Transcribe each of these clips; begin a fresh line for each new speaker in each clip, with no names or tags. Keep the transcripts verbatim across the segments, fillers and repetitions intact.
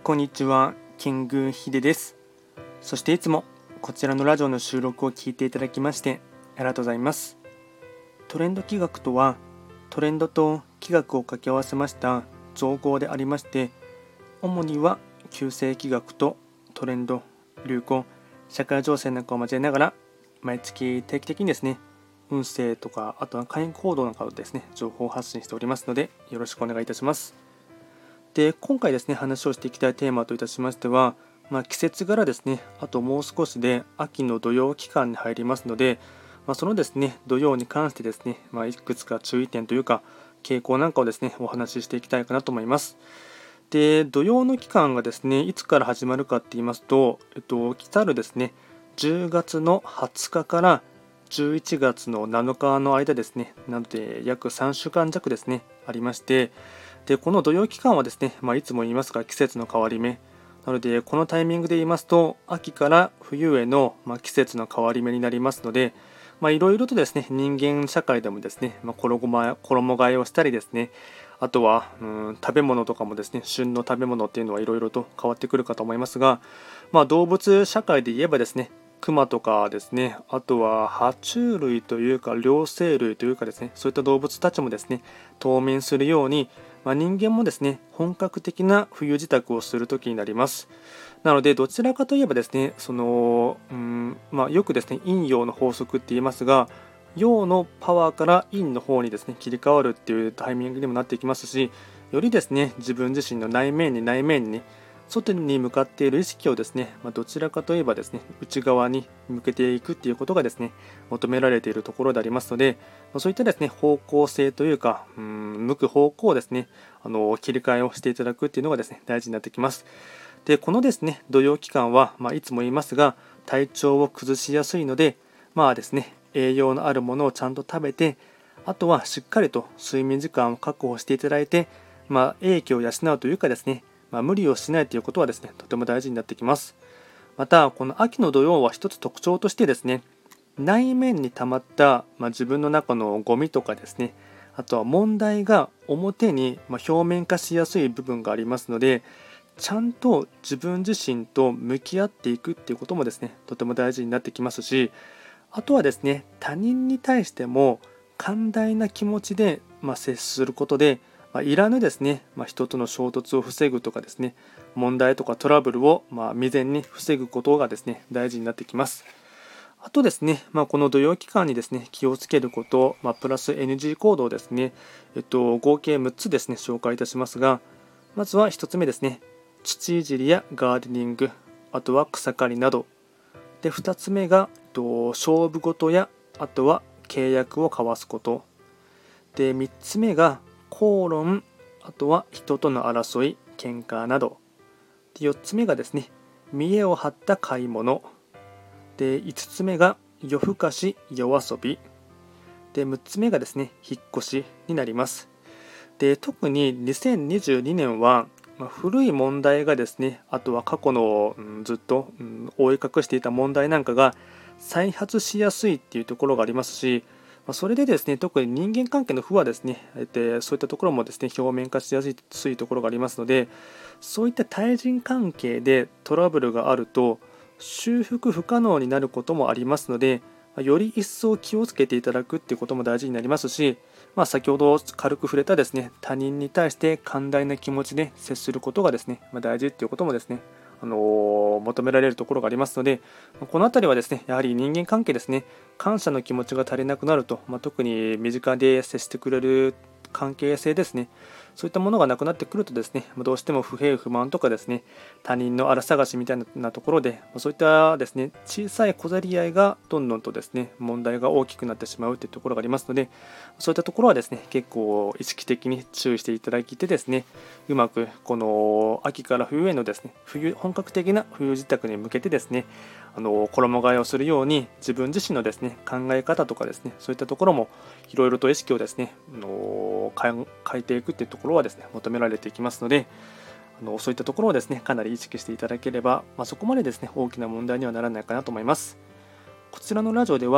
こんにちは、キングヒデです。そしていつもこちらのラジオの収録を聞いていただきましてありがとうございます。トレンド企画とは、トレンドと企画を掛け合わせました造語でありまして、主には旧世企画とトレンド、流行、社会情勢なんかを交えながら、毎月定期的にですね、運勢とか、あとは会員行動なんかをですね、情報発信しておりますので、よろしくお願いいたします。で、今回ですね、話をしていきたいテーマといたしましては、まあ、季節柄ですね、あともう少しで秋の土用期間に入りますので、まあ、そのですね、土用に関してですね、まあ、いくつか注意点というか、傾向なんかをですね、お話ししていきたいかなと思います。で、土用の期間がですね、いつから始まるかって言いますと、えっと、来たるですね、じゅうがつのはつかからじゅういちがつのなのかの間ですね、なので約さんしゅうかん弱ですね、ありまして、でこの土曜期間はですね、まあ、いつも言いますが季節の変わり目なので、このタイミングで言いますと秋から冬への、まあ、季節の変わり目になりますので、いろいろとですね、人間社会でもですね、まあ、衣替えをしたりですね、あとはうん食べ物とかもですね、旬の食べ物っていうのはいろいろと変わってくるかと思いますが、まあ、動物社会で言えばですね、クマとかですね、あとは爬虫類というか両生類というかですね、そういった動物たちもですね、冬眠するように、まあ、人間もですね、本格的な冬支度をする時になります。なので、どちらかといえばですね、そのうん、まあ、よくですね、陰陽の法則って言いますが、陽のパワーから陰の方にですね、切り替わるっていうタイミングにもなっていきますし、よりですね、自分自身の内面に内面に外に向かっている意識をですね、まあ、どちらかといえばですね、内側に向けていくっていうことがですね、求められているところでありますので、まあ、そういったですね、方向性というか、うん、向く方向をですね、あの切り替えをしていただくっていうのがですね、大事になってきます。で、このですね、土曜期間は、まあ、いつも言いますが、体調を崩しやすいので、まあですね、栄養のあるものをちゃんと食べて、あとはしっかりと睡眠時間を確保していただいて、まあ、英気を養うというかですね、まあ、無理をしないということはですね、とても大事になってきます。また、この秋の土曜は一つ特徴としてですね、内面に溜まった、まあ、自分の中のゴミとかですね、あとは問題が表に、まあ、表面化しやすい部分がありますので、ちゃんと自分自身と向き合っていくっていうこともですね、とても大事になってきますし、あとはですね、他人に対しても寛大な気持ちで、まあ、接することで、まあ、いらぬですね、まあ、人との衝突を防ぐとかですね、問題とかトラブルをまあ未然に防ぐことがですね、大事になってきます。あとですね、まあ、この土曜期間にですね、気をつけること、まあ、プラス エヌジー 行動ですね、えっと、合計むっつですね、紹介いたしますが、まずはひとつめですね、土いじりやガーデニング、あとは草刈りなど。で、ふたつめが、と勝負事や、あとは契約を交わすこと。で、みっつめが、口論、あとは人との争い、喧嘩など。で、よっつめがですね、見栄を張った買い物。で、いつつめが夜更かし、夜遊び。で、むっつめがですね、引っ越しになります。で、特ににせんにじゅうにねんは、まあ、古い問題がですね、あとは過去の、うん、ずっと、うん、覆い隠していた問題なんかが再発しやすいっていうところがありますし、まあ、それでですね、特に人間関係の負はですね、えー、そういったところもですね、表面化しやすいところがありますので、そういった対人関係でトラブルがあると、修復不可能になることもありますので、より一層気をつけていただくっていうことも大事になりますし、まあ、先ほど軽く触れたですね、他人に対して寛大な気持ちで接することがですね、まあ、大事っていうこともですね、あのー、求められるところがありますので、このあたりはですね、やはり人間関係ですね、感謝の気持ちが足りなくなると、まあ、特に身近で接してくれる関係性ですね、そういったものがなくなってくるとですね、どうしても不平不満とかですね、他人の荒探しみたいなところで、そういったですね、小さい小競り合いがどんどんとですね、問題が大きくなってしまうというところがありますので、そういったところはですね、結構意識的に注意していただいてですね、うまくこの秋から冬へのですね、冬本格的な冬支度に向けてですね、あの衣替えをするように自分自身のですね、考え方とかですね、そういったところもいろいろと意識をですね、あの変えていくっていうところはですね、求められていきますので、あのそういったところをですね、かなり意識していただければ、まあ、そこまでですね、大きな問題にはならないかなと思います。こちらのラジオでは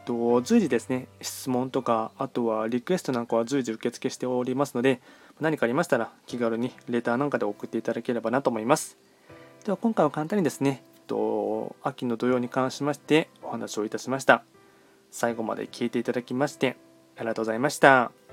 と随時ですね、質問とか、あとはリクエストなんかは随時受付しておりますので、何かありましたら気軽にレターなんかで送っていただければなと思います。では今回は簡単にですね、と秋の土曜に関しましてお話をいたしました。最後まで聞いていただきましてありがとうございました。